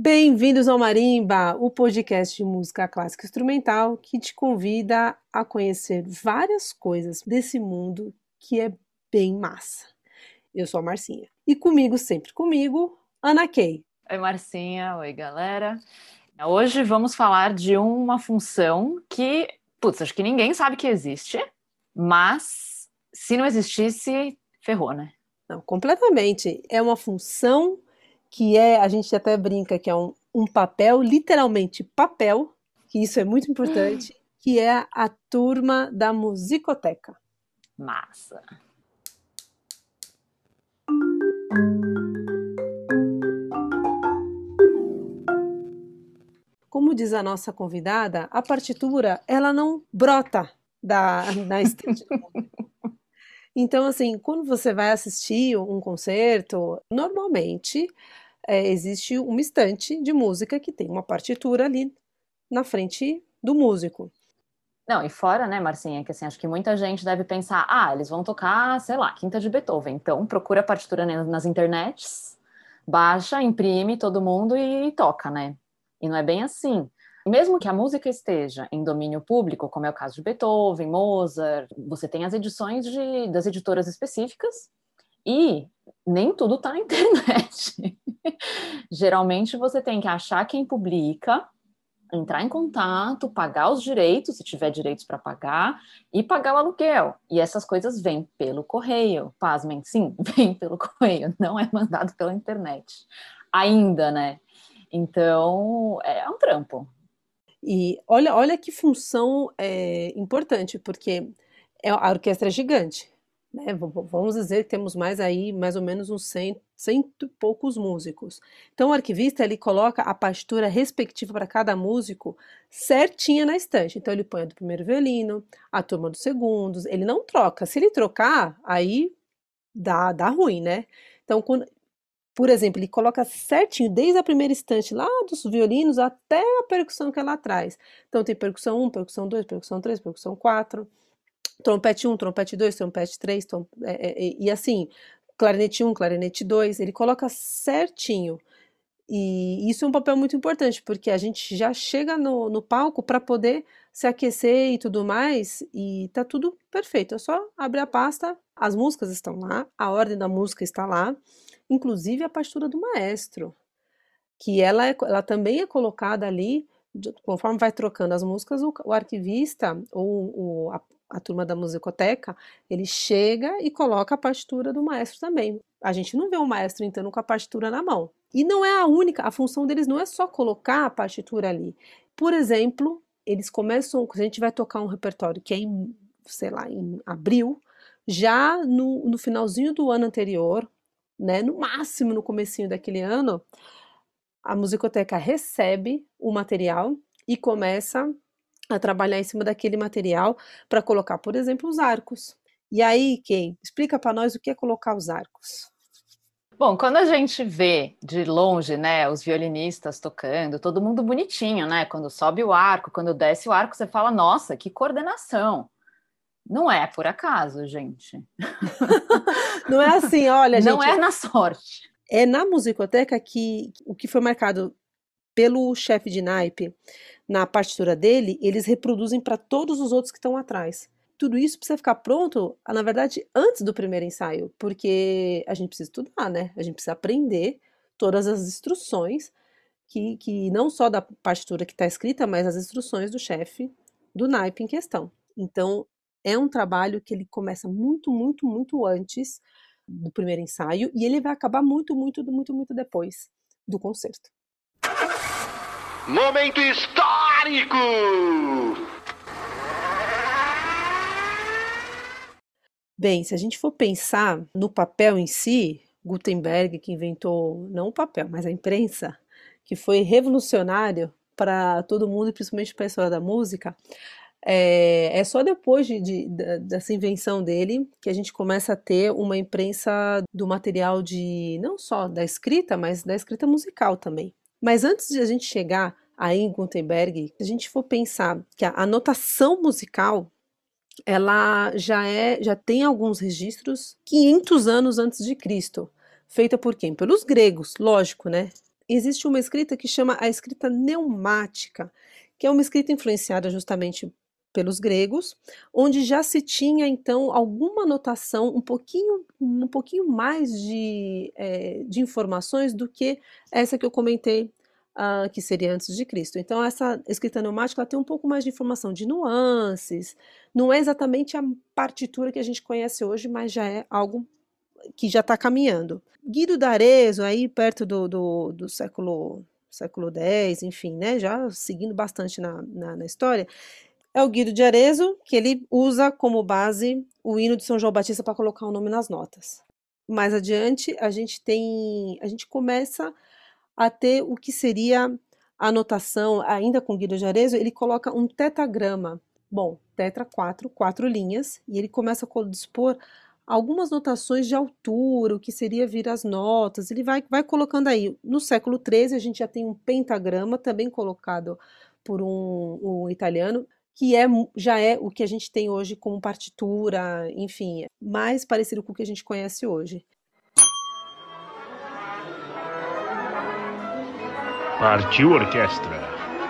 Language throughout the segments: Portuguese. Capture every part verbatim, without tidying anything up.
Bem-vindos ao Marimba, o podcast de música clássica instrumental que te convida a conhecer várias coisas desse mundo que é bem massa. Eu sou a Marcinha. E comigo, sempre comigo, Ana Kay. Oi, Marcinha. Oi, galera. Hoje vamos falar de uma função que, putz, acho que ninguém sabe que existe, mas se não existisse, ferrou, né? Não, completamente. É uma função que é, a gente até brinca que é um, um papel, literalmente papel, que isso é muito importante, que é a turma da musicoteca. Massa. Como diz a nossa convidada, a partitura, ela não brota da, da estante do mundo. Então, assim, quando você vai assistir um concerto, normalmente é, existe uma estante de música que tem uma partitura ali na frente do músico. Não, e fora, né, Marcinha, que assim, acho que muita gente deve pensar, ah, eles vão tocar, sei lá, Quinta de Beethoven, então procura a partitura nas internets, baixa, imprime todo mundo e toca, né? E não é bem assim. Mesmo que a música esteja em domínio público, como é o caso de Beethoven, Mozart, você tem as edições de, das editoras específicas e nem tudo está na internet. Geralmente você tem que achar quem publica, entrar em contato, pagar os direitos, se tiver direitos para pagar, e pagar o aluguel. E essas coisas vêm pelo correio. Pasmem, sim, vêm pelo correio, não é mandado pela internet. Ainda, né? Então, é um trampo. E olha, olha que função é, importante, porque é, a orquestra é gigante, né? V- v- Vamos dizer que temos mais aí, mais ou menos uns cem, cento e poucos músicos. Então, o arquivista, ele coloca a partitura respectiva para cada músico certinha na estante. Então, ele põe a do primeiro violino, a turma dos segundos, ele não troca. Se ele trocar, aí dá, dá ruim, né? Então, quando, por exemplo, ele coloca certinho, desde a primeira estante, lá dos violinos até a percussão que ela traz. Então tem percussão um, percussão dois, percussão três, percussão quatro, trompete um, trompete dois, trompete três, trom- é, é, é, e assim, clarinete um, clarinete dois, ele coloca certinho. E isso é um papel muito importante, porque a gente já chega no, no palco para poder se aquecer e tudo mais, e tá tudo perfeito. É só abrir a pasta, as músicas estão lá, a ordem da música está lá, inclusive a partitura do maestro, que ela, é, ela também é colocada ali, de- conforme vai trocando as músicas, o, o arquivista ou o- a, a turma da musicoteca, ele chega e coloca a partitura do maestro também. A gente não vê o maestro entrando com a partitura na mão. E não é a única, a função deles não é só colocar a partitura ali. Por exemplo, eles começam, a gente vai tocar um repertório que é em, sei lá, em abril, já no, no finalzinho do ano anterior, né, no máximo no comecinho daquele ano, a musicoteca recebe o material e começa a trabalhar em cima daquele material para colocar, por exemplo, os arcos. E aí, quem explica para nós o que é colocar os arcos? Bom, quando a gente vê de longe, né, os violinistas tocando, todo mundo bonitinho, né? Quando sobe o arco, quando desce o arco, você fala, nossa, que coordenação. Não é por acaso, gente. Não é assim, olha, Não gente, é na sorte. é na musicoteca que o que foi marcado pelo chefe de naipe na partitura dele, eles reproduzem para todos os outros que estão atrás. Tudo isso precisa ficar pronto, na verdade, antes do primeiro ensaio, porque a gente precisa estudar, né? A gente precisa aprender todas as instruções, que, que não só da partitura que está escrita, mas as instruções do chefe do naipe em questão. Então, é um trabalho que ele começa muito, muito, muito antes do primeiro ensaio e ele vai acabar muito, muito, muito, muito depois do concerto. Momento histórico! Bem, se a gente for pensar no papel em si, Gutenberg que inventou não o papel, mas a imprensa, que foi revolucionário para todo mundo e principalmente para a história da música, é, é só depois de, de- da- dessa invenção dele que a gente começa a ter uma imprensa do material de não só da escrita, mas da escrita musical também. Mas antes de a gente chegar aí em Gutenberg, se a gente for pensar que a, a notação musical ela já é, já tem alguns registros quinhentos anos antes de Cristo, feita por quem? Pelos gregos, lógico, né? existe uma escrita que chama a escrita neumática, que é uma escrita influenciada justamente pelos gregos, onde já se tinha então alguma notação, um pouquinho, um pouquinho mais de, eh, de informações do que essa que eu comentei, ah, que seria antes de Cristo. Então essa escrita neumática ela tem um pouco mais de informação, de nuances, não é exatamente a partitura que a gente conhece hoje, mas já é algo que já está caminhando. Guido d'Arezzo, aí perto do, do, do século, século dez, enfim, né, já seguindo bastante na, na, na história, é o Guido de Arezzo, que ele usa como base o hino de São João Batista para colocar o nome nas notas. Mais adiante, a gente tem, a gente começa a ter o que seria a notação, ainda com Guido de Arezzo, ele coloca um tetagrama. Bom, tetra, quatro, quatro linhas, e ele começa a dispor algumas notações de altura, o que seria vir as notas, ele vai, vai colocando aí. No século treze, a gente já tem um pentagrama, também colocado por um, um italiano, que é, já é o que a gente tem hoje como partitura, enfim, mais parecido com o que a gente conhece hoje. Partiu orquestra.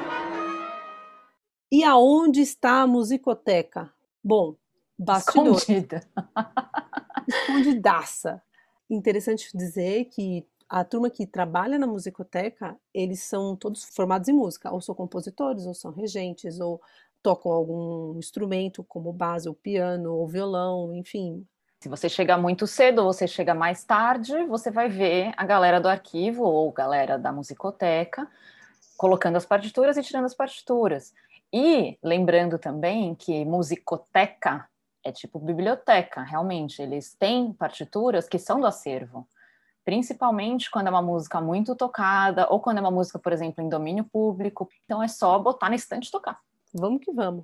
E aonde está a musicoteca? Bom, bastidor. Escondida. Escondidaça. Interessante dizer que a turma que trabalha na musicoteca, eles são todos formados em música, ou são compositores, ou são regentes, ou tocam algum instrumento, como base, ou piano, ou violão, enfim. Se você chegar muito cedo ou você chega mais tarde, você vai ver a galera do arquivo ou galera da musicoteca colocando as partituras e tirando as partituras. E lembrando também que musicoteca é tipo biblioteca, realmente. Eles têm partituras que são do acervo. Principalmente quando é uma música muito tocada ou quando é uma música, por exemplo, em domínio público. Então é só botar na estante e tocar. Vamos que vamos.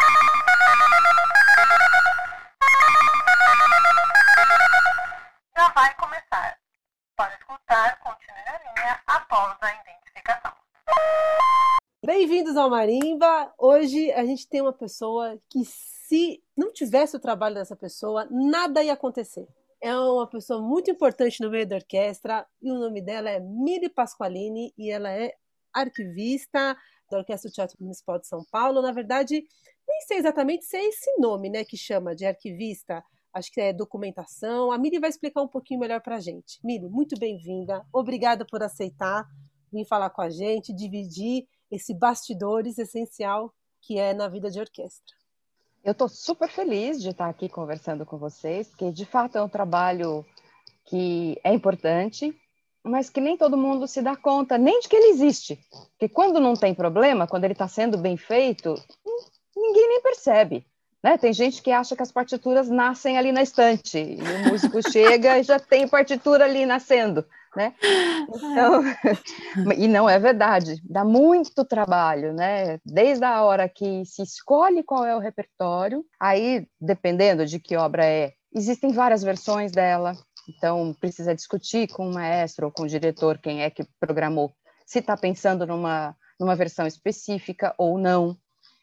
Já vai começar. Para escutar, continue na linha após a identificação. Bem-vindos ao Marimba. Hoje a gente tem uma pessoa que, se não tivesse o trabalho dessa pessoa, nada ia acontecer. É uma pessoa muito importante no meio da orquestra e o nome dela é Miri Pasqualini e ela é arquivista da Orquestra do Teatro Municipal de São Paulo. Na verdade, nem sei exatamente se é esse nome, né, que chama de arquivista. Acho que é documentação. A Miri vai explicar um pouquinho melhor para a gente. Miri, muito bem-vinda. Obrigada por aceitar vir falar com a gente, dividir esse bastidores essencial que é na vida de orquestra. Eu estou super feliz de estar aqui conversando com vocês, porque de fato é um trabalho que é importante, mas que nem todo mundo se dá conta, nem de que ele existe. Porque quando não tem problema, quando ele está sendo bem feito, ninguém nem percebe. Né? Tem gente que acha que as partituras nascem ali na estante, e o músico chega e já tem partitura ali nascendo. Né? Então, e não é verdade, dá muito trabalho, né? Desde a hora que se escolhe qual é o repertório, aí, dependendo de que obra é, existem várias versões dela, então precisa discutir com o maestro ou com o diretor, quem é que programou, se está pensando numa, numa versão específica ou não.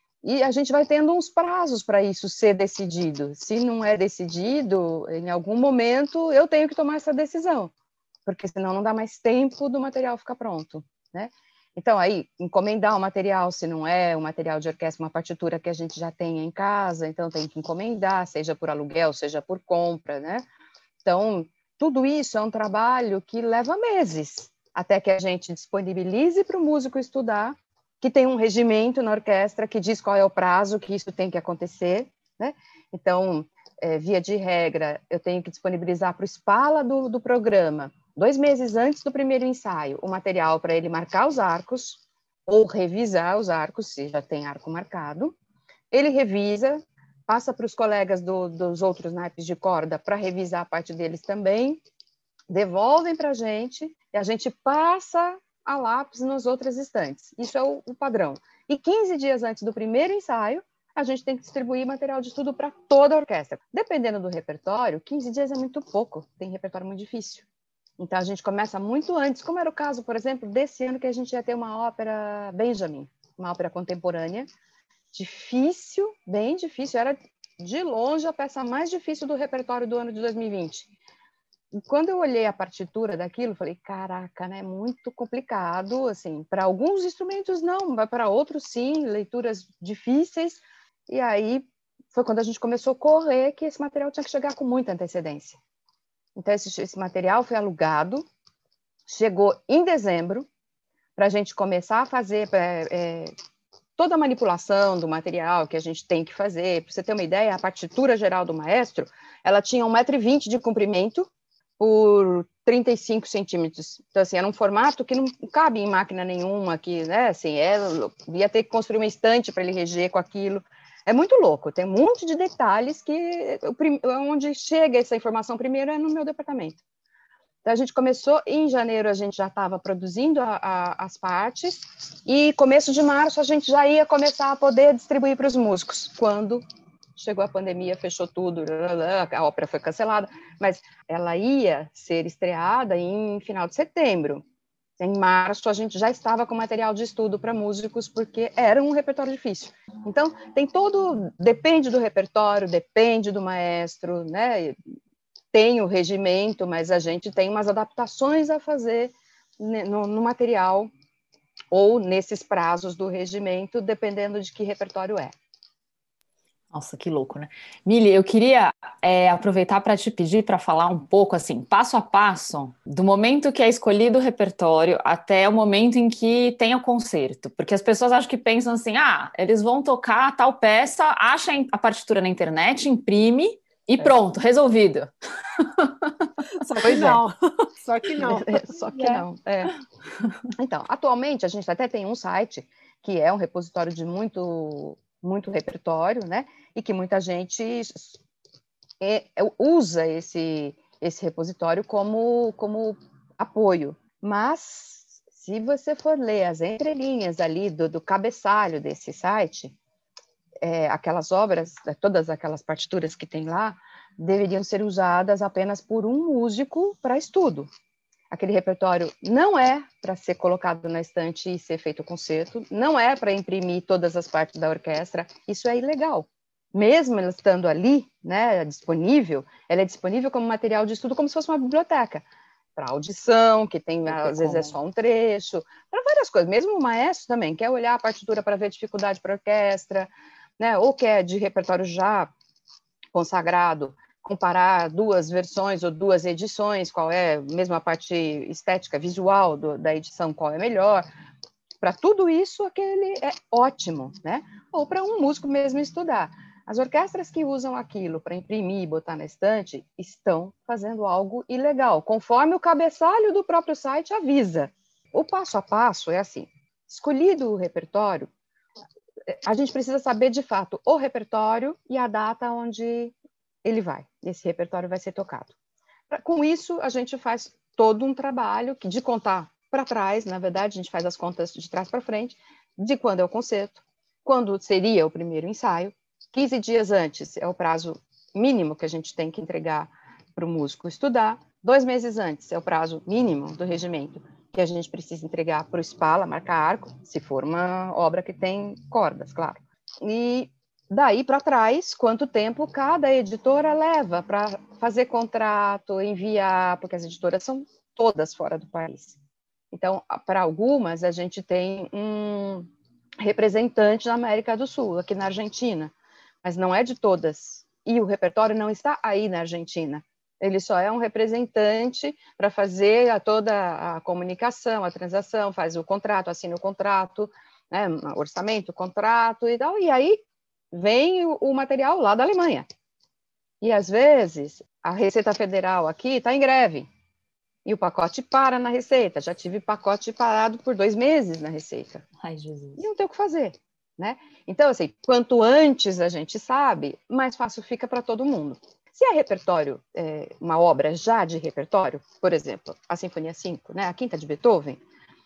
E a gente vai tendo uns prazos para isso ser decidido. Se não é decidido, em algum momento eu tenho que tomar essa decisão, porque senão não dá mais tempo do material ficar pronto, né? Então, aí, encomendar o material, se não é um material de orquestra, uma partitura que a gente já tem em casa, então tem que encomendar, seja por aluguel, seja por compra, né? Então, tudo isso é um trabalho que leva meses, até que a gente disponibilize para o músico estudar, que tem um regimento na orquestra que diz qual é o prazo que isso tem que acontecer, né? Então, é, via de regra, eu tenho que disponibilizar para o espala do, do programa, dois meses antes do primeiro ensaio, o material para ele marcar os arcos, ou revisar os arcos, se já tem arco marcado. Ele revisa, passa para os colegas do, dos outros naipes de corda para revisar a parte deles também, devolvem para a gente, e a gente passa a lápis nas outras estantes. Isso é o, o padrão. E quinze dias antes do primeiro ensaio, a gente tem que distribuir material de estudo para toda a orquestra. Dependendo do repertório, quinze dias é muito pouco, tem repertório muito difícil. Então, a gente começa muito antes, como era o caso, por exemplo, desse ano que a gente ia ter uma ópera Benjamin, uma ópera contemporânea, difícil, bem difícil, era de longe a peça mais difícil do repertório do ano de dois mil e vinte. quando eu olhei a partitura daquilo, falei, caraca, né, muito complicado, assim, para alguns instrumentos não, mas para outros sim, leituras difíceis, e aí foi quando a gente começou a correr que esse material tinha que chegar com muita antecedência. Então, esse, esse material foi alugado, chegou em dezembro, para a gente começar a fazer é, é, toda a manipulação do material que a gente tem que fazer. Para você ter uma ideia, a partitura geral do maestro, ela tinha um metro e vinte de comprimento, por trinta e cinco centímetros. Então, assim, era um formato que não cabe em máquina nenhuma, que, né, assim, é, ia ter que construir uma estante para ele reger com aquilo. É muito louco, tem um monte de detalhes que, onde chega essa informação primeiro é no meu departamento. Então, a gente começou, em janeiro a gente já estava produzindo a, a, as partes, e começo de março a gente já ia começar a poder distribuir para os músicos, quando chegou a pandemia, fechou tudo, a ópera foi cancelada, mas ela ia ser estreada em final de setembro. Em março, a gente já estava com material de estudo para músicos, porque era um repertório difícil. Então, tem todo... Depende do repertório, depende do maestro, né? Tem o regimento, mas a gente tem umas adaptações a fazer no, no material ou nesses prazos do regimento, dependendo de que repertório é. Nossa, que louco, né? Mili, eu queria é, aproveitar para te pedir para falar um pouco, assim, passo a passo, do momento que é escolhido o repertório até o momento em que tem o concerto. Porque as pessoas acho que pensam assim, ah, eles vão tocar tal peça, acha a partitura na internet, imprime e pronto, resolvido. Só que Pois não, é. só que não. Só que não, é. Então, atualmente, a gente até tem um site que é um repositório de muito... muito repertório, né? E que muita gente é, usa esse, esse repositório como, como apoio. Mas, se você for ler as entrelinhas ali do, do cabeçalho desse site, é, aquelas obras, todas aquelas partituras que tem lá, deveriam ser usadas apenas por um músico para estudo. Aquele repertório não é para ser colocado na estante e ser feito concerto, não é para imprimir todas as partes da orquestra, isso é ilegal. Mesmo ela estando ali, né, disponível, ela é disponível como material de estudo, como se fosse uma biblioteca, para audição, que tem, às vezes é só um trecho, para várias coisas. Mesmo o maestro também quer olhar a partitura para ver dificuldade para a orquestra, né, ou quer de repertório já consagrado, comparar duas versões ou duas edições, qual é mesmo a parte estética, visual do, da edição, qual é melhor. Para tudo isso, aquele é ótimo, né? Ou para um músico mesmo estudar. As orquestras que usam aquilo para imprimir e botar na estante estão fazendo algo ilegal, conforme o cabeçalho do próprio site avisa. O passo a passo é assim: escolhido o repertório, a gente precisa saber de fato o repertório e a data onde ele vai, esse repertório vai ser tocado. Com isso, a gente faz todo um trabalho que de contar para trás, na verdade, a gente faz as contas de trás para frente, de quando é o concerto, quando seria o primeiro ensaio, quinze dias antes é o prazo mínimo que a gente tem que entregar para o músico estudar, dois meses antes é o prazo mínimo do regimento que a gente precisa entregar para o Spala, marcar arco, se for uma obra que tem cordas, claro. E daí para trás, quanto tempo cada editora leva para fazer contrato, enviar, porque as editoras são todas fora do país. Então, para algumas, a gente tem um representante na América do Sul, aqui na Argentina, mas não é de todas. E o repertório não está aí na Argentina. Ele só é um representante para fazer a toda a comunicação, a transação, faz o contrato, assina o contrato, né, orçamento, contrato e tal, e aí vem o, o material lá da Alemanha. E, às vezes, a Receita Federal aqui está em greve, e o pacote para na Receita. Já tive pacote parado por dois meses na Receita. Ai, Jesus. E não tem o que fazer, né? Então, assim, quanto antes a gente sabe, mais fácil fica para todo mundo. Se é repertório, é, uma obra já de repertório, por exemplo, a Sinfonia cinco, né, a Quinta de Beethoven,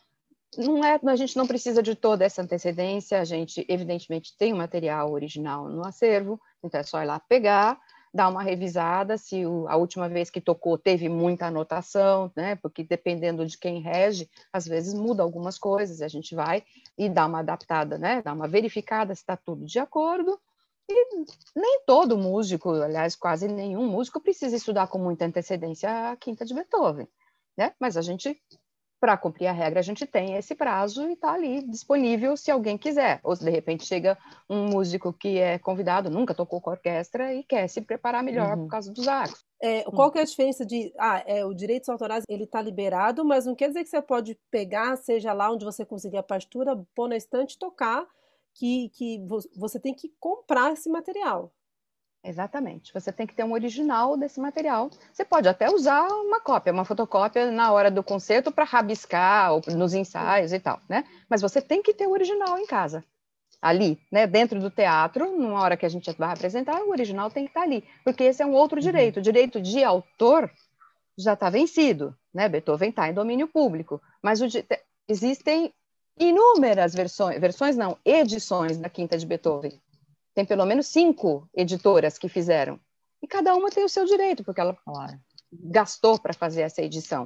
não é, a gente não precisa de toda essa antecedência, a gente, evidentemente, tem o material original no acervo, então é só ir lá pegar, dar uma revisada, se o, a última vez que tocou teve muita anotação, né, porque dependendo de quem rege, às vezes muda algumas coisas, a gente vai e dá uma adaptada, né, dá uma verificada se está tudo de acordo, E nem todo músico, aliás, quase nenhum músico precisa estudar com muita antecedência a Quinta de Beethoven, né? Mas a gente, para cumprir a regra, a gente tem esse prazo e está ali disponível se alguém quiser. Ou se de repente chega um músico que é convidado, nunca tocou com a orquestra e quer se preparar melhor Uhum. por causa dos arcos. É, qual que é a diferença de, ah, é, o direitos autorais, ele tá liberado, mas não quer dizer que você pode pegar, seja lá onde você conseguir a partitura, pôr na estante e tocar, que, que vo- você tem que comprar esse material. Exatamente. Você tem que ter um original desse material. Você pode até usar uma cópia, uma fotocópia na hora do concerto para rabiscar ou nos ensaios e tal, né? Mas você tem que ter o original em casa, ali, né? Dentro do teatro, numa hora que a gente vai apresentar, o original tem que estar ali, porque esse é um outro direito. O direito de autor já está vencido, né? Beethoven está em domínio público, mas o di- existem inúmeras versões, versões não, edições da Quinta de Beethoven. Tem pelo menos cinco editoras que fizeram. E cada uma tem o seu direito, porque ela Claro. gastou para fazer essa edição.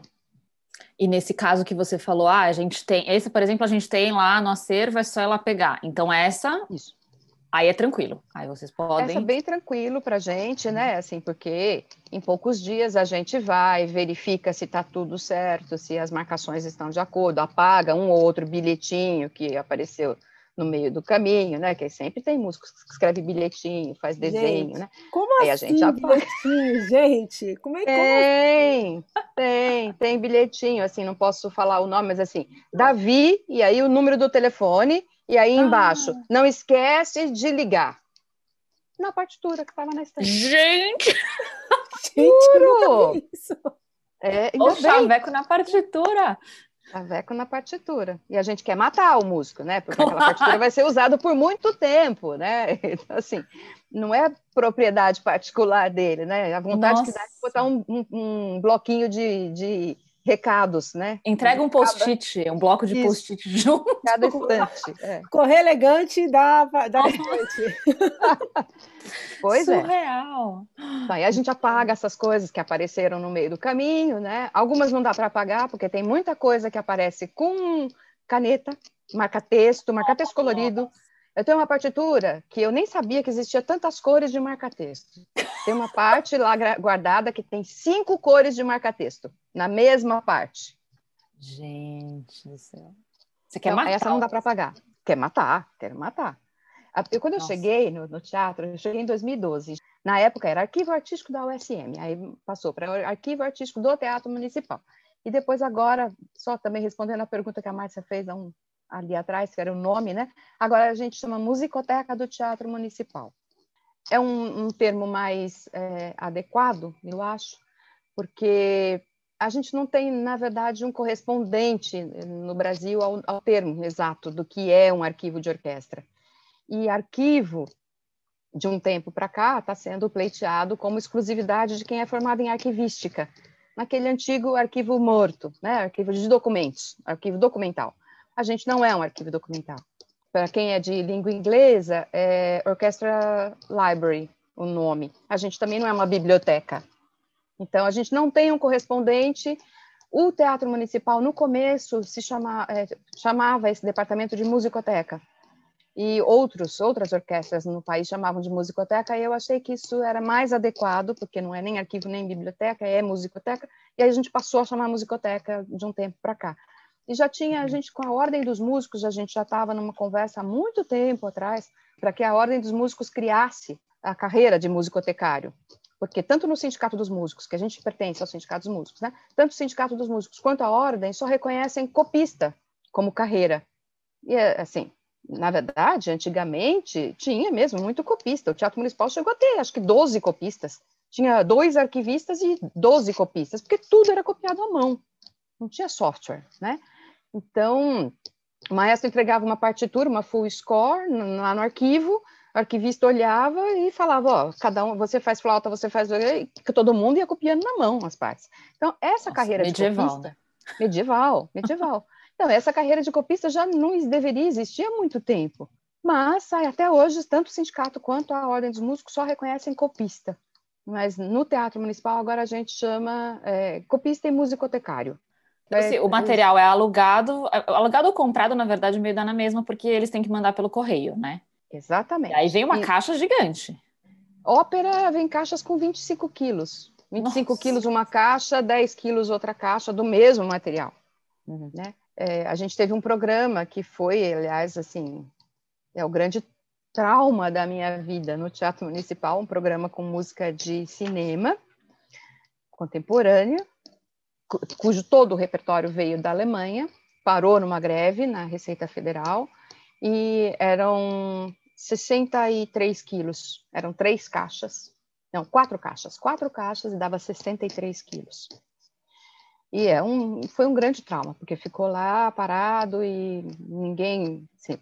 E nesse caso que você falou, ah, a gente tem, esse, por exemplo, a gente tem lá no acervo, é só ela pegar. Então essa, Isso. aí é tranquilo. Aí vocês Essa é podem... bem tranquilo para a gente, né? Assim, porque em poucos dias a gente vai, verifica se está tudo certo, se as marcações estão de acordo, apaga um ou outro bilhetinho que apareceu no meio do caminho, né? Que sempre tem músico que escreve bilhetinho, faz desenho, Gente, né? como Aí a gente assim apaga. bilhetinho, gente? Como é como assim? Tem, tem, tem bilhetinho, assim, não posso falar o nome, mas assim, Davi, e aí o número do telefone, e aí embaixo, Ah, não esquece de ligar. Na partitura que estava na estante. gente! Gente, eu nunca Juro! vi isso. É, O ainda bem, chaveco na partitura! chaveco na partitura. E a gente quer matar o músico, né? Porque aquela Claro. partitura vai ser usada por muito tempo, né? Então, assim, não é propriedade particular dele, né? A vontade que dá é Nossa. de botar um, um, um bloquinho de, de recados, né? Entrega um Cada, post-it, um bloco de isso, post-it junto. cada estante. É. Correr elegante da, da estante. Pois é. Surreal. Então, aí a gente apaga essas coisas que apareceram no meio do caminho, né? Algumas não dá para apagar, porque tem muita coisa que aparece com caneta, marca-texto, marca-texto colorido. Eu tenho uma partitura que eu nem sabia que existia tantas cores de marca-texto. Tem uma parte lá guardada que tem cinco cores de marca-texto, na mesma parte. Gente do céu. Você quer Então, matar? essa não dá para apagar. Quer matar? Quero matar. Eu, quando eu Nossa. cheguei no, no teatro, eu cheguei em dois mil e doze. Na época era Arquivo Artístico da U S M, aí passou para Arquivo Artístico do Teatro Municipal. E depois agora, só também respondendo a pergunta que a Márcia fez um, ali atrás, que era o nome, né? Agora a gente chama Musicoteca do Teatro Municipal. É um, um termo mais é, adequado, eu acho, porque a gente não tem, na verdade, um correspondente no Brasil ao, ao termo exato do que é um arquivo de orquestra. E arquivo, de um tempo para cá, está sendo pleiteado como exclusividade de quem é formado em arquivística, naquele antigo arquivo morto, né? Arquivo de documentos, arquivo documental. A gente não é um arquivo documental. Para quem é de língua inglesa, é Orchestra Library o nome. A gente também não é uma biblioteca. Então, a gente não tem um correspondente. O Teatro Municipal, no começo, se chama, é, chamava esse departamento de musicoteca. E outros, outras orquestras no país chamavam de musicoteca, e eu achei que isso era mais adequado, porque não é nem arquivo nem biblioteca, é musicoteca, e aí a gente passou a chamar musicoteca de um tempo para cá. E já tinha, a gente, com a Ordem dos Músicos, a gente já estava numa conversa há muito tempo atrás, para que a Ordem dos Músicos criasse a carreira de musicotecário. Porque tanto no Sindicato dos Músicos, que a gente pertence ao Sindicato dos Músicos, né? Tanto o Sindicato dos Músicos quanto a Ordem só reconhecem copista como carreira. E, assim, na verdade, antigamente, tinha mesmo muito copista. O Teatro Municipal chegou a ter, acho que doze copistas. Tinha dois arquivistas e doze copistas, porque tudo era copiado à mão. Não tinha software, né? Então, o maestro entregava uma partitura, uma full score, lá no arquivo, o arquivista olhava e falava, ó, cada um, você faz flauta, você faz... que todo mundo ia copiando na mão as partes. Então, essa Nossa, carreira medieval, de copista... né? Medieval, medieval. Então, essa carreira de copista já não deveria existir há muito tempo. Mas, até hoje, tanto o sindicato quanto a Ordem dos Músicos só reconhecem copista. Mas no Teatro Municipal, agora a gente chama é, copista e musicotecário. Então, assim, o material é alugado, alugado ou comprado, na verdade, meio dá na mesma, porque eles têm que mandar pelo correio, né? Exatamente. E aí vem uma e caixa gigante. ópera vem caixas com vinte e cinco quilos. vinte e cinco Nossa. quilos uma caixa, dez quilos outra caixa, do mesmo material. Uhum. Né? É, a gente teve um programa que foi, aliás, assim, é o grande trauma da minha vida no Teatro Municipal, um programa com música de cinema contemporânea, cu- cujo todo o repertório veio da Alemanha, parou numa greve na Receita Federal, e eram sessenta e três quilos, eram três caixas, não, quatro caixas, quatro caixas e dava sessenta e três quilos. E é um, foi um grande trauma, porque ficou lá parado e ninguém... Assim,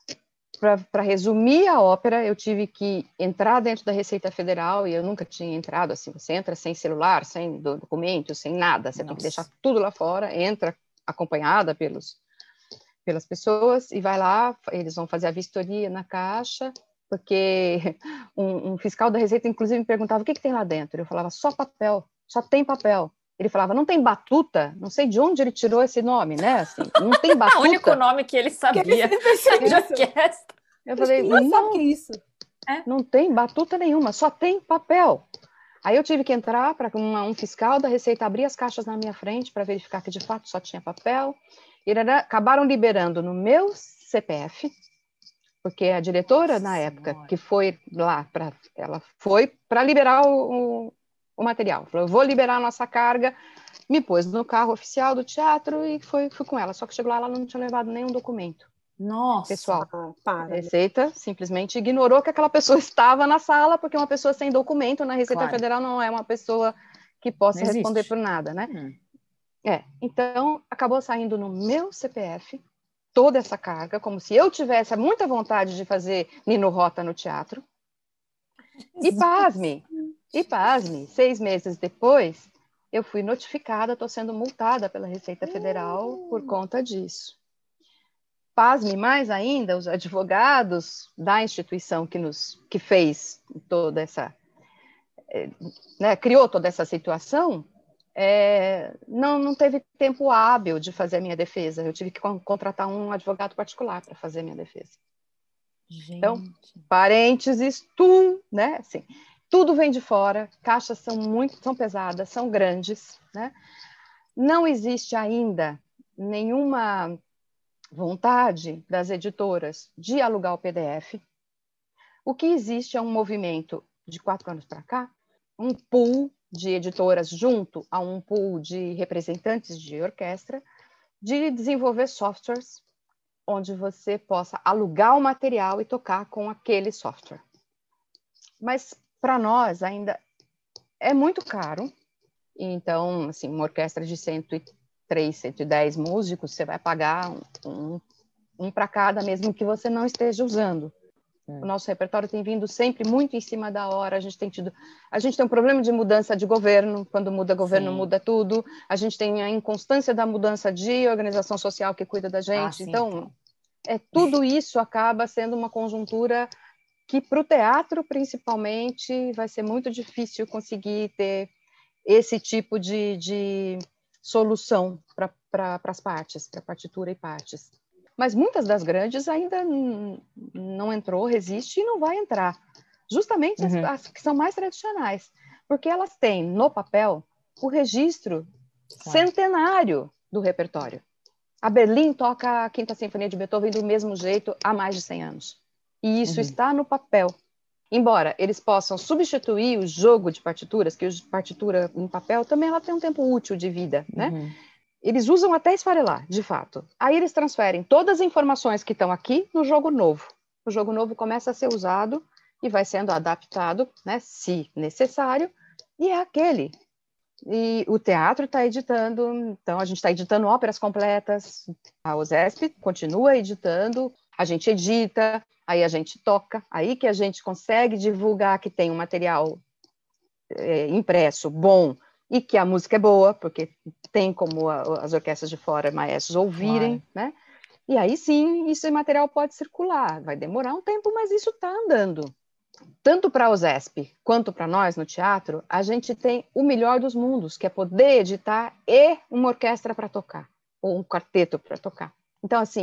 para resumir a ópera, eu tive que entrar dentro da Receita Federal, e eu nunca tinha entrado assim. Você entra sem celular, sem documento, sem nada, você Nossa. tem que deixar tudo lá fora, entra acompanhada pelos, pelas pessoas, e vai lá, eles vão fazer a vistoria na caixa, porque um, um fiscal da Receita, inclusive, me perguntava o que, que tem lá dentro. Eu falava, só papel, só tem papel. Ele falava, não tem batuta? Não sei de onde ele tirou esse nome, né? Assim, não tem batuta. O único nome que ele sabia Que ele pensou de nisso. orquestra. Eu Acho falei, que ninguém sabe o não, que é isso. não tem batuta nenhuma, só tem papel. Aí eu tive que entrar para um fiscal da Receita abrir as caixas na minha frente para verificar que de fato só tinha papel. E acabaram liberando no meu C P F, porque a diretora, Nossa na época, Senhora. que foi lá, pra, ela foi para liberar o, o, o material. Falou, eu vou liberar a nossa carga. Me pôs no carro oficial do teatro e foi, fui com ela. Só que chegou lá, ela não tinha levado nenhum documento Nossa. pessoal. Ah, A para. né? Receita simplesmente ignorou que aquela pessoa estava na sala, porque uma pessoa sem documento na Receita Claro. Federal não é uma pessoa que possa Não responder existe. por nada, né? Hum. É, então acabou saindo no meu C P F toda essa carga, como se eu tivesse muita vontade de fazer Nino Rota no teatro. E pasme, e pasme, seis meses depois, eu fui notificada, estou sendo multada pela Receita Federal por conta disso. Pasme mais ainda, os advogados da instituição que nos que fez toda essa, né, criou toda essa situação, é, não, não teve tempo hábil de fazer a minha defesa. Eu tive que con- contratar um advogado particular para fazer a minha defesa. Gente. Então, parênteses, tu, né, assim, tudo vem de fora, caixas são muito, são pesadas, são grandes, né? Não existe ainda nenhuma vontade das editoras de alugar o P D F. O que existe é um movimento de quatro anos para cá, um pool de editoras junto a um pool de representantes de orquestra, de desenvolver softwares onde você possa alugar o material e tocar com aquele software. Mas para nós ainda é muito caro. Então, assim, uma orquestra de cento e três, cento e dez músicos, você vai pagar um, um, um para cada, mesmo que você não esteja usando. O nosso repertório tem vindo sempre muito em cima da hora. A gente tem tido, a gente tem um problema de mudança de governo. Quando muda governo, Sim. muda tudo. A gente tem a inconstância da mudança de organização social que cuida da gente. Ah, sim, então, então. é, tudo isso acaba sendo uma conjuntura que, para o teatro, principalmente, vai ser muito difícil conseguir ter esse tipo de, de solução para pra, as partes, para partitura e partes. Mas muitas das grandes ainda não entrou, resiste e não vai entrar. Justamente as, Uhum. as que são mais tradicionais, porque elas têm no papel o registro Claro. centenário do repertório. A Berlim toca a Quinta Sinfonia de Beethoven do mesmo jeito há mais de cem anos. E isso Uhum. está no papel. Embora eles possam substituir o jogo de partituras, que a partitura em papel também ela tem um tempo útil de vida, né? Uhum. Eles usam até esfarelar, de fato. Aí eles transferem todas as informações que estão aqui no jogo novo. O jogo novo começa a ser usado e vai sendo adaptado, né, se necessário, e é aquele. E o teatro está editando, então a gente está editando óperas completas, a OSESP continua editando, a gente edita, aí a gente toca, aí que a gente consegue divulgar que tem um material é, impresso bom, e que a música é boa, porque tem como a, as orquestras de fora, maestros, ouvirem, claro. Né? E aí sim, esse material pode circular. Vai demorar um tempo, mas isso está andando. Tanto para a OSESP quanto para nós no teatro, a gente tem o melhor dos mundos, que é poder editar e uma orquestra para tocar, ou um quarteto para tocar. Então, assim,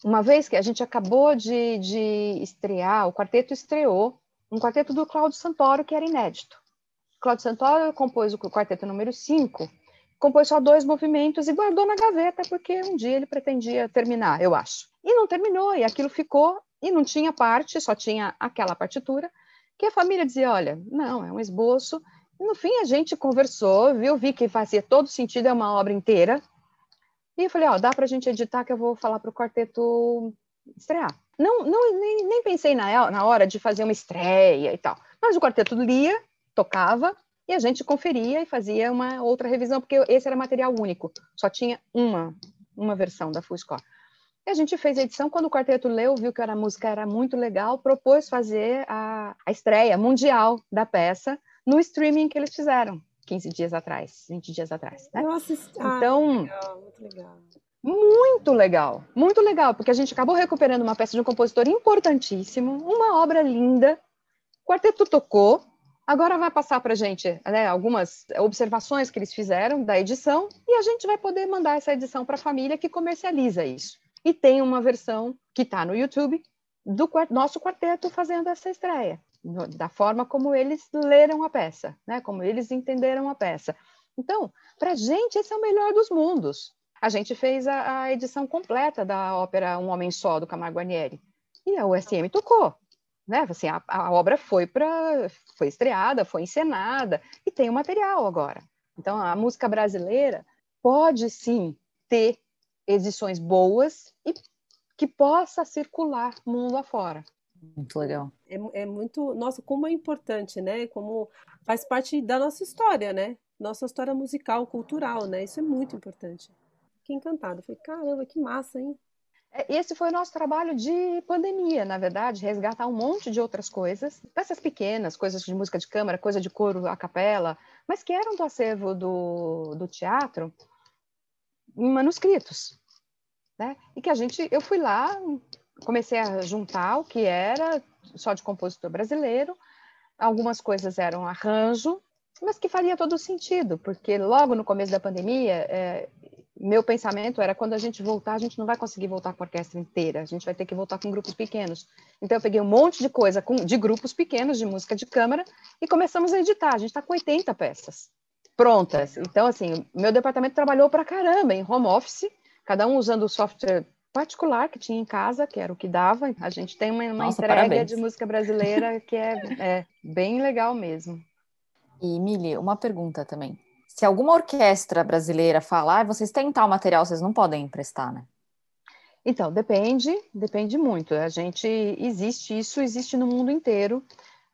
uma vez que a gente acabou de, de estrear, o quarteto estreou um quarteto do Cláudio Santoro, que era inédito. Cláudio Santoro compôs o quarteto número cinco, compôs só dois movimentos e guardou na gaveta, porque um dia ele pretendia terminar, eu acho. E não terminou, e aquilo ficou, e não tinha parte, só tinha aquela partitura, que a família dizia, olha, não, é um esboço. E no fim a gente conversou, viu, vi que fazia todo sentido, é uma obra inteira. E eu falei, ó, dá pra gente editar que eu vou falar pro quarteto estrear. Não, não, nem, nem pensei na, na hora de fazer uma estreia e tal. Mas o quarteto lia, tocava, e a gente conferia e fazia uma outra revisão, porque esse era material único, só tinha uma, uma versão da full score. E a gente fez a edição, quando o quarteto leu, viu que a música era muito legal, propôs fazer a, a estreia mundial da peça no streaming que eles fizeram, quinze dias atrás, vinte dias atrás. Né? Eu assisti... Ah, então, legal, muito legal. Muito legal, muito legal, porque a gente acabou recuperando uma peça de um compositor importantíssimo, uma obra linda, o quarteto tocou, agora vai passar para a gente, né, algumas observações que eles fizeram da edição, e a gente vai poder mandar essa edição para a família que comercializa isso. E tem uma versão que está no YouTube do nosso quarteto fazendo essa estreia, da forma como eles leram a peça, né, como eles entenderam a peça. Então, para a gente, esse é o melhor dos mundos. A gente fez a, a edição completa da ópera Um Homem Só, do Camargo Guarnieri. E a U S M tocou. Né? Assim, a, a obra foi, pra, foi estreada, foi encenada, e tem o material agora. Então, a música brasileira pode, sim, ter edições boas e que possa circular mundo afora. Muito legal. É, é muito... Nossa, como é importante, né? Como faz parte da nossa história, né? Nossa história musical, cultural, né? Isso é muito importante. Fiquei encantada. Falei, caramba, que massa, hein? Esse foi o nosso trabalho de pandemia, na verdade, resgatar um monte de outras coisas, peças pequenas, coisas de música de câmara, coisa de coro a capela, mas que eram do acervo do, do teatro, em manuscritos, né? E que a gente, eu fui lá, comecei a juntar o que era só de compositor brasileiro, algumas coisas eram arranjo, mas que faria todo sentido, porque logo no começo da pandemia, é, meu pensamento era, quando a gente voltar, a gente não vai conseguir voltar com a orquestra inteira, a gente vai ter que voltar com grupos pequenos. Então eu peguei um monte de coisa com, de grupos pequenos, de música de câmara, e começamos a editar. A gente está com oitenta peças prontas. Então, assim, meu departamento trabalhou pra caramba em home office, cada um usando o software particular que tinha em casa, que era o que dava. A gente tem uma, uma Nossa, entrega parabéns. de música brasileira que é, é bem legal mesmo. E, Mili, uma pergunta também. Se alguma orquestra brasileira falar, ah, vocês têm tal material, vocês não podem emprestar, né? Então, depende, depende muito. A gente, existe isso, existe no mundo inteiro,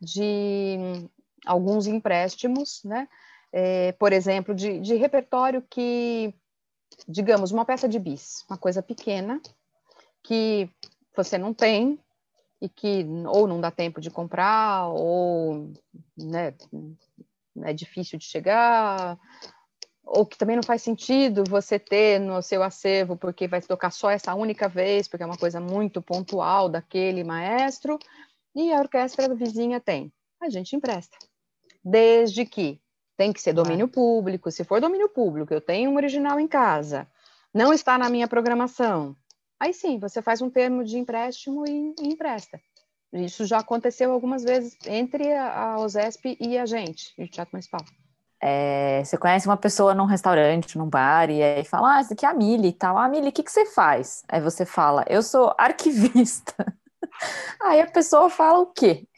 de alguns empréstimos, né? É, por exemplo, de, de repertório que, digamos, uma peça de bis, uma coisa pequena, que você não tem, e que ou não dá tempo de comprar, ou, né, é difícil de chegar, ou que também não faz sentido você ter no seu acervo, porque vai tocar só essa única vez, porque é uma coisa muito pontual daquele maestro, e a orquestra vizinha tem. A gente empresta. Desde que tem que ser domínio público. Se for domínio público, eu tenho um original em casa, não está na minha programação, aí sim, você faz um termo de empréstimo e, e empresta. Isso já aconteceu algumas vezes entre a, a OSESP e a gente, o Teatro Municipal. É, você conhece uma pessoa num restaurante, num bar, e aí fala, ah, essa aqui é a Mili e tal. Ah, Mili, o que, que você faz? Aí você fala, eu sou arquivista. Aí a pessoa fala o quê?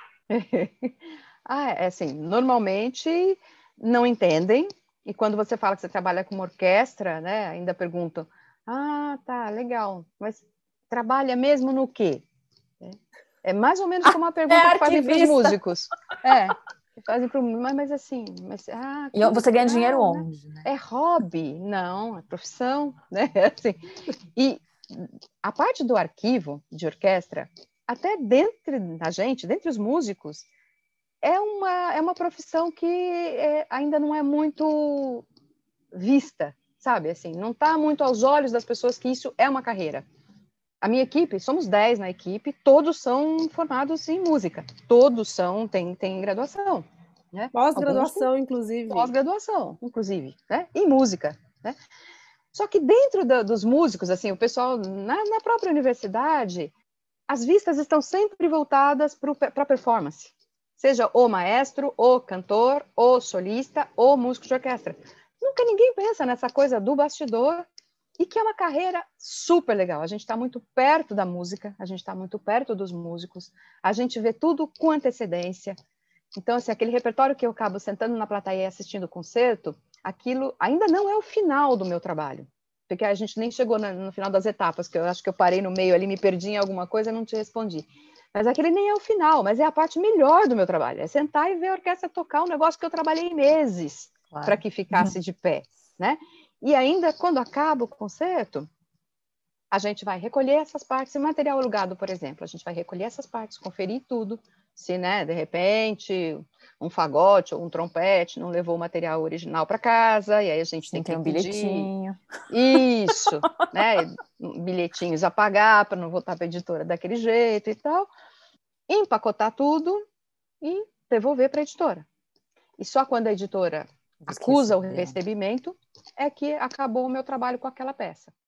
Ah, é assim, normalmente não entendem, e quando você fala que você trabalha com uma orquestra, né, ainda perguntam, ah, tá, legal, mas trabalha mesmo no quê? É mais ou menos como a pergunta é que fazem para os músicos. É, fazem para mas, mas assim, mas, ah, e você ganha legal, dinheiro né? onde? Né? É hobby? Não, é profissão, né? Assim, e a parte do arquivo de orquestra, até dentro da gente, dentre os músicos, é uma, é uma profissão que é, ainda não é muito vista, sabe? Assim, não está muito aos olhos das pessoas que isso é uma carreira. A minha equipe, somos dez na equipe, todos são formados em música, todos são, têm, têm graduação. Né? Pós-graduação, inclusive. Pós-graduação, inclusive, né? Em música. Né? Só que dentro da, dos músicos, assim, o pessoal na, na própria universidade, as vistas estão sempre voltadas para a performance. Seja o maestro, o cantor, o solista, o músico de orquestra. Nunca ninguém pensa nessa coisa do bastidor, e que é uma carreira super legal. A gente está muito perto da música, a gente está muito perto dos músicos, a gente vê tudo com antecedência. Então, assim, aquele repertório que eu acabo sentando na plateia e assistindo o concerto, aquilo ainda não é o final do meu trabalho, porque a gente nem chegou no, no final das etapas, que eu acho que eu parei no meio ali, me perdi em alguma coisa e não te respondi. Mas aquele nem é o final, mas é a parte melhor do meu trabalho, é sentar e ver a orquestra tocar um negócio que eu trabalhei meses claro. Para que ficasse de pé, né? E ainda, quando acaba o concerto, a gente vai recolher essas partes, se o material alugado, por exemplo, a gente vai recolher essas partes, conferir tudo, se, né, de repente, um fagote ou um trompete não levou o material original para casa, e aí a gente Sim, tem que tem um pedir... bilhetinho. Isso, né, bilhetinhos a pagar para não voltar para a editora daquele jeito e tal, empacotar tudo e devolver para a editora. E só quando a editora acusa o recebimento é que acabou o meu trabalho com aquela peça.